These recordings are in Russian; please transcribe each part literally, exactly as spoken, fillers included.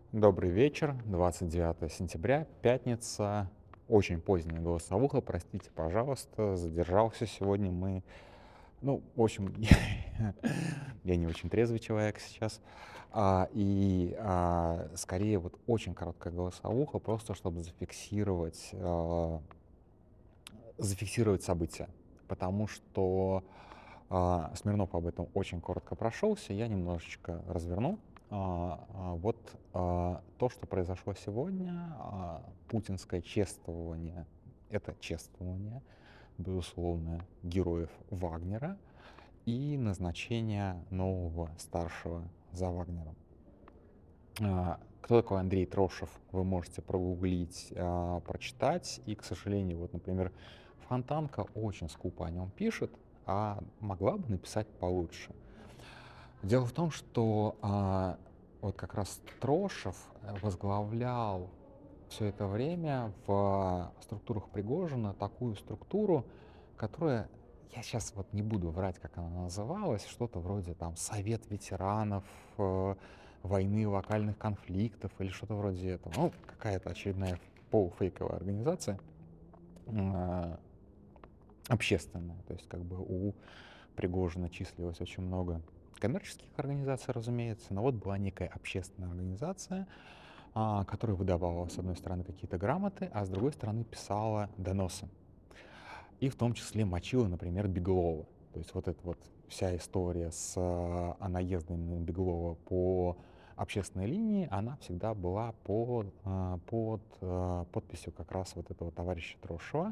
Добрый вечер, двадцать девятое сентября, пятница, очень поздняя голосовуха, простите, пожалуйста, задержался сегодня. Мы, ну, в общем, я не очень трезвый человек сейчас, а, и а, скорее вот очень короткая голосовуха, просто чтобы зафиксировать, а, зафиксировать события, потому что а, Смирнов об этом очень коротко прошелся, я немножечко разверну. А, а, вот а, то, что произошло сегодня, а, путинское чествование, это чествование, безусловно, героев Вагнера и назначение нового старшего за Вагнером. А, Кто такой Андрей Трошев, вы можете прогуглить, а, прочитать. И, к сожалению, вот, например, Фонтанка очень скупо о нем пишет, а могла бы написать получше. Дело в том, что а, вот как раз Трошев э, возглавлял все это время в структурах Пригожина такую структуру, которая, я сейчас вот не буду врать, как она называлась, что-то вроде там Совет ветеранов э, войны, локальных конфликтов или что-то вроде этого. Ну, какая-то очередная полуфейковая организация, э, общественная. То есть как бы у Пригожина числилось очень много коммерческих организаций, разумеется, но вот была некая общественная организация, а, которая выдавала, с одной стороны, какие-то грамоты, а с другой стороны писала доносы. И в том числе мочила, например, Беглова. То есть вот эта вот вся история с а, наездами на Беглова по общественной линии, она всегда была под, а, под а, подписью как раз вот этого товарища Трошева.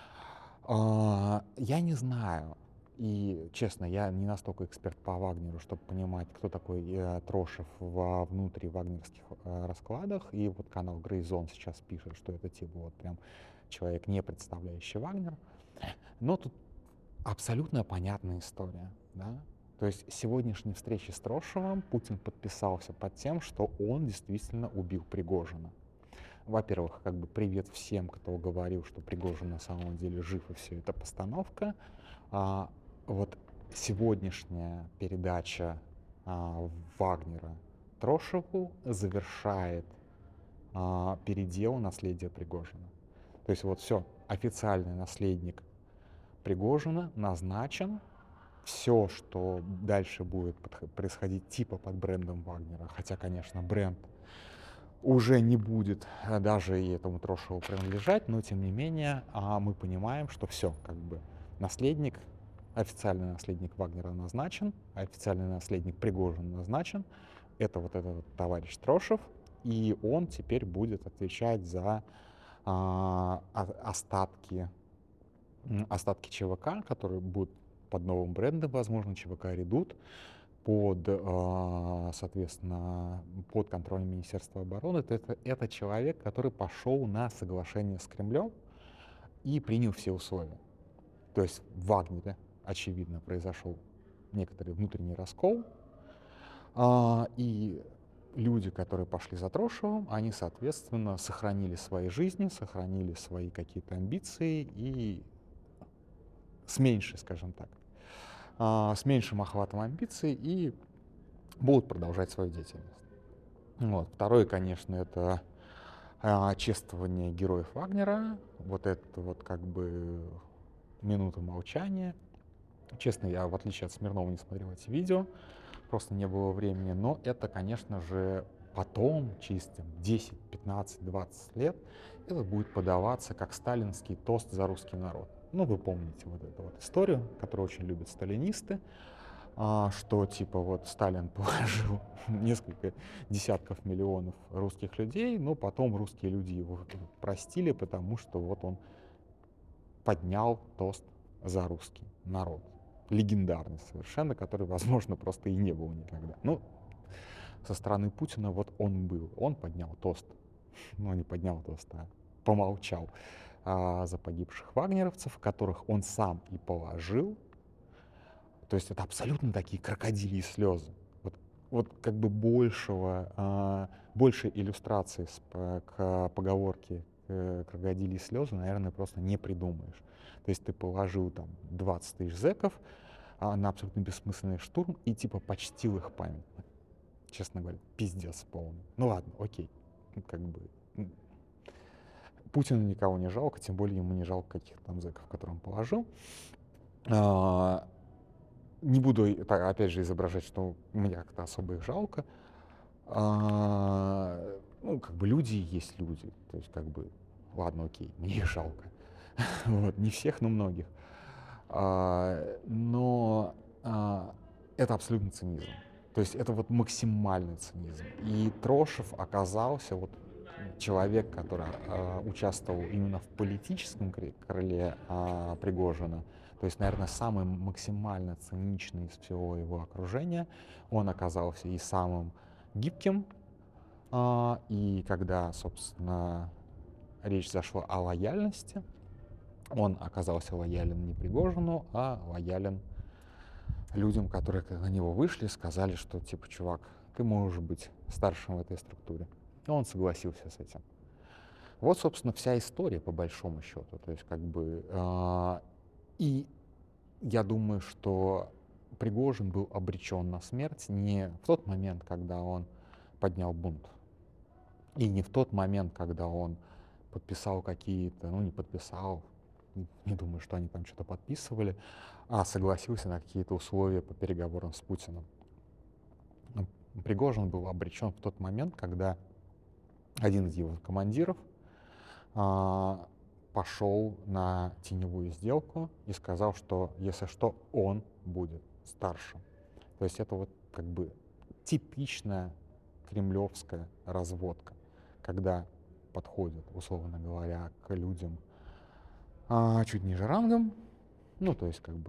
А, Я не знаю, и честно, я не настолько эксперт по Вагнеру, чтобы понимать, кто такой э, Трошев во внутри вагнерских э, раскладах. И вот канал Greyzone сейчас пишет, что это типа вот прям человек, не представляющий Вагнер. Но тут абсолютно понятная история, да. То есть сегодняшней встречи с Трошевым Путин подписался под тем, что он действительно убил Пригожина. Во-первых, как бы привет всем, кто говорил, что Пригожин на самом деле жив и все это постановка. А, вот сегодняшняя передача а, Вагнера Трошеву завершает а, передел наследия Пригожина. То есть вот все, официальный наследник Пригожина назначен. Все, что дальше будет происходить типа под брендом Вагнера, хотя, конечно, бренд уже не будет а, даже и этому Трошеву принадлежать, но тем не менее а, мы понимаем, что все, как бы наследник, официальный наследник Вагнера назначен, официальный наследник Пригожина назначен, это вот этот вот товарищ Трошев, и он теперь будет отвечать за а, остатки, остатки ЧВК, которые будут под новым брендом, возможно, ЧВК Редут, под, а, соответственно, под контролем Министерства обороны. Это, это человек, который пошел на соглашение с Кремлем и принял все условия. То есть в Вагнере, очевидно, произошел некоторый внутренний раскол, а, и люди, которые пошли за Трошевым, они, соответственно, сохранили свои жизни, сохранили свои какие-то амбиции и с меньшей, скажем так, а, с меньшим охватом амбиций и будут продолжать свою деятельность. Вот. Второе, конечно, это а, чествование героев Вагнера. Вот это вот как бы минута молчания. Честно, я, в отличие от Смирнова, не смотрел эти видео, просто не было времени. Но это, конечно же, потом, через там, десять, пятнадцать, двадцать лет, это будет подаваться как сталинский тост за русский народ. Ну, вы помните вот эту вот историю, которую очень любят сталинисты, а, что типа вот Сталин положил несколько десятков миллионов русских людей, но потом русские люди его простили, потому что вот он поднял тост за русский народ. Легендарный совершенно, который, возможно, просто и не был никогда. Ну, со стороны Путина вот он был. Он поднял тост. Ну, не поднял тост, а помолчал а, за погибших вагнеровцев, которых он сам и положил. То есть это абсолютно такие крокодильи слезы. Вот, вот как бы большего, а, больше иллюстраций с, по, к поговорке э, крокодильи слезы, наверное, просто не придумаешь. То есть ты положил там двадцать тысяч зэков а, на абсолютно бессмысленный штурм и типа почтил их память. честно говоря, пиздец полный. Ну ладно, окей, ну, как бы м, Путину никого не жалко, тем более ему не жалко каких-то там зэков, которые он положил. А, Не буду, и так, опять же, изображать, что мне как-то особо их жалко. А, Ну, как бы люди есть люди. То есть, как бы, ладно, окей, мне их жалко. Вот, не всех, но многих. А, Но а, это абсолютно цинизм. То есть это вот максимальный цинизм. И Трошев оказался вот человек, который а, участвовал именно в политическом кры- крыле а, Пригожина. То есть, наверное, самый максимально циничный из всего его окружения. Он оказался и самым гибким. а, И когда, собственно, речь зашла о лояльности, он оказался лоялен не Пригожину, а лоялен людям, которые на него вышли, сказали, что типа, чувак, ты можешь быть старшим в этой структуре. И он согласился с этим. Вот, собственно, вся история по большому счету. То есть, как бы, э, и я думаю, что Пригожин был обречен на смерть не в тот момент, когда он поднял бунт, и не в тот момент, когда он подписал какие-то, ну не подписал, не думаю, что они там что-то подписывали, а согласился на какие-то условия по переговорам с Путиным. Ну, Пригожин был обречен в тот момент, когда один из его командиров а, пошел на теневую сделку и сказал, что если что, он будет старшим. То есть это вот как бы типичная кремлевская разводка, когда подходят, условно говоря, к людям а, чуть ниже рангом, ну то есть как бы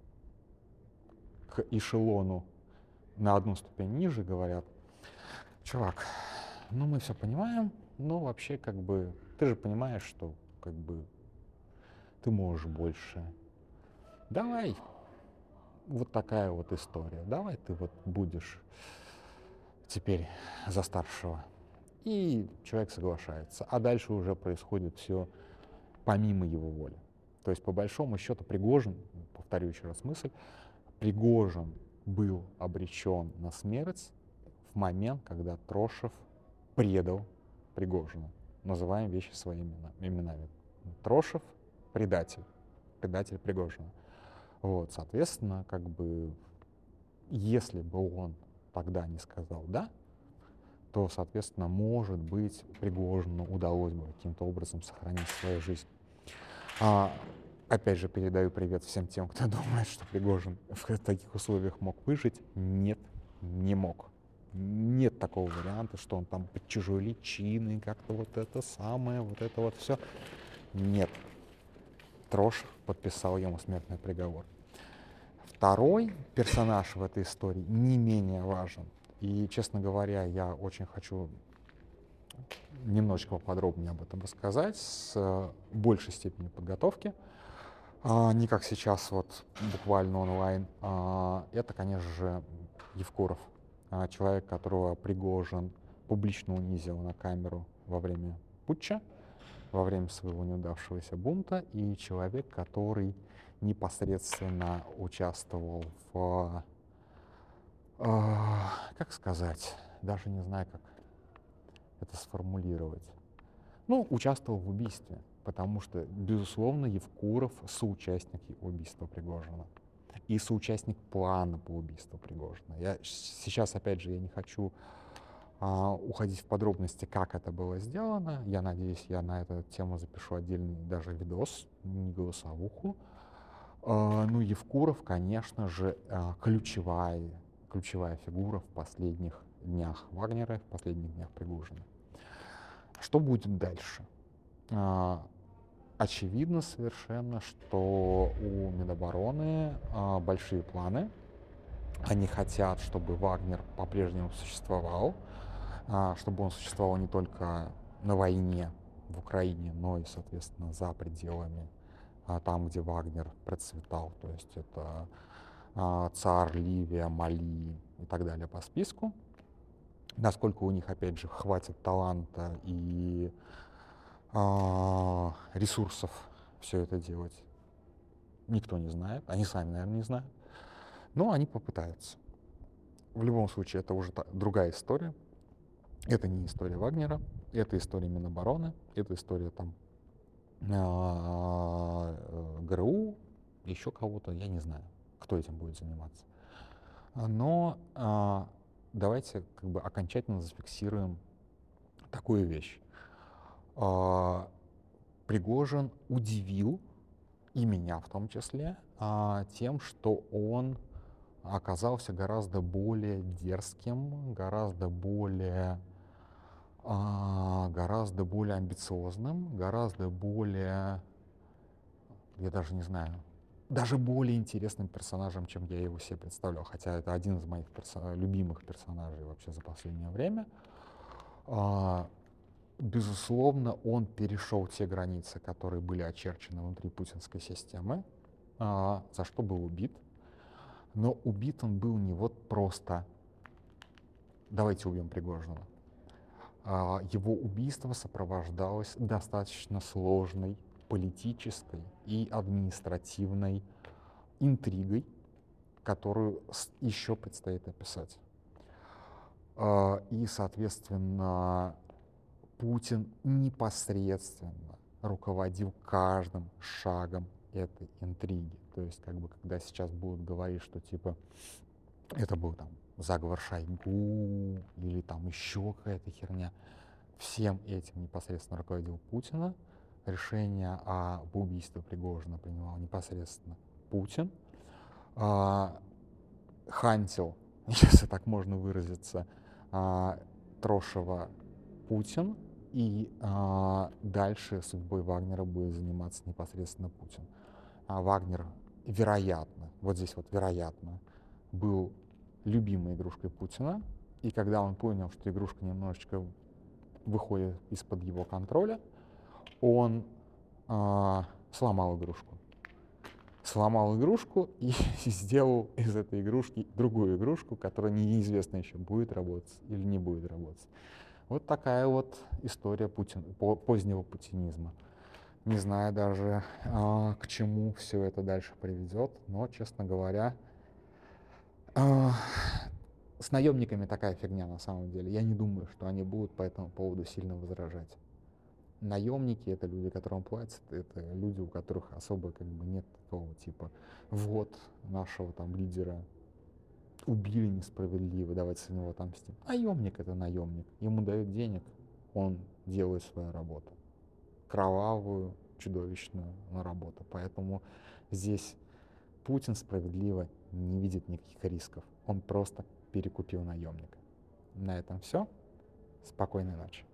к эшелону на одну ступень ниже, говорят: чувак, ну мы все понимаем, но вообще как бы ты же понимаешь, что как бы ты можешь больше. Давай, вот такая вот история. Давай ты вот будешь теперь за старшего. И человек соглашается. А дальше уже происходит все помимо его воли. То есть, по большому счету, Пригожин, повторю еще раз мысль, Пригожин был обречен на смерть в момент, когда Трошев предал Пригожина. Называем вещи своими именами. Трошев — предатель, предатель Пригожина. Вот, соответственно, как бы, если бы он тогда не сказал «да», то, соответственно, может быть, Пригожину удалось бы каким-то образом сохранить свою жизнь. А, Опять же, передаю привет всем тем, кто думает, что Пригожин в таких условиях мог выжить. Нет, не мог. Нет такого варианта, что он там под чужой личиной как-то вот это самое, вот это вот все. Нет. Трошев подписал ему смертный приговор. Второй персонаж в этой истории не менее важен. И, честно говоря, я очень хочу немножечко поподробнее об этом рассказать, с большей степенью подготовки, а, не как сейчас, вот буквально онлайн. А, это, конечно же, Евкуров, а, человек, которого Пригожин публично унизил на камеру во время путча, во время своего неудавшегося бунта, и человек, который непосредственно участвовал в, а, как сказать, даже не знаю, как это сформулировать. Ну, участвовал в убийстве, потому что, безусловно, Евкуров соучастник убийства Пригожина и соучастник плана по убийству Пригожина. Я сейчас, опять же, я не хочу а, уходить в подробности, как это было сделано. Я надеюсь, я на эту тему запишу отдельный даже видос, не голосовуху. А, ну, Евкуров, конечно же, а, ключевая, ключевая фигура в последних днях Вагнера, в последних днях Пригожина. Что будет дальше? А, Очевидно совершенно, что у Минобороны а, большие планы. Они хотят, чтобы Вагнер по-прежнему существовал, а, чтобы он существовал не только на войне в Украине, но и, соответственно, за пределами, а, там, где Вагнер процветал. То есть это а, ЦАР, Ливия, Мали и так далее по списку. Насколько у них, опять же, хватит таланта и а, ресурсов все это делать, никто не знает. Они сами, наверное, не знают. Но они попытаются. в любом случае, это уже та- другая история. Это не история Вагнера, это история Минобороны, это история там а, э, ГРУ, еще кого-то, я не знаю, кто этим будет заниматься. Но а, давайте как бы окончательно зафиксируем такую вещь. А, Пригожин удивил, и меня в том числе, а, тем, что он оказался гораздо более дерзким, гораздо более, а, гораздо более амбициозным, гораздо более, я даже не знаю, даже более интересным персонажем, чем я его себе представлял. Хотя это один из моих персо- любимых персонажей вообще за последнее время. А, Безусловно, он перешел те границы, которые были очерчены внутри путинской системы, а, за что был убит. Но убит он был не вот просто «давайте убьем Пригожина». А, Его убийство сопровождалось достаточно сложной политической и административной интригой, которую с- еще предстоит описать. А, И, соответственно, Путин непосредственно руководил каждым шагом этой интриги. То есть, как бы, когда сейчас будут говорить, что типа это был там заговор Шойгу или там еще какая-то херня, всем этим непосредственно руководил Путина. Решение об убийстве Пригожина принимал непосредственно Путин. А, хантил, если так можно выразиться, а, Трошева Путин, и а, дальше судьбой Вагнера будет заниматься непосредственно Путин. А Вагнер, вероятно, вот здесь вот вероятно, был любимой игрушкой Путина, и когда он понял, что игрушка немножечко выходит из-под его контроля, он а, сломал игрушку. Сломал игрушку и сделал из этой игрушки другую игрушку, которая неизвестно еще будет работать или не будет работать. Вот такая вот история Путин, по, позднего путинизма. Не знаю даже, а, к чему все это дальше приведет, но, честно говоря, а, с наемниками такая фигня на самом деле. Я не думаю, что они будут по этому поводу сильно возражать. Наемники — это люди, которым платят, это люди, у которых особо как бы нет такого типа вот нашего там лидера убили несправедливо, давайте за него отомстим. Наемник — это наемник, ему дают денег, он делает свою работу, кровавую, чудовищную работу. Поэтому здесь Путин справедливо не видит никаких рисков, он просто перекупил наемника. На этом все. Спокойной ночи.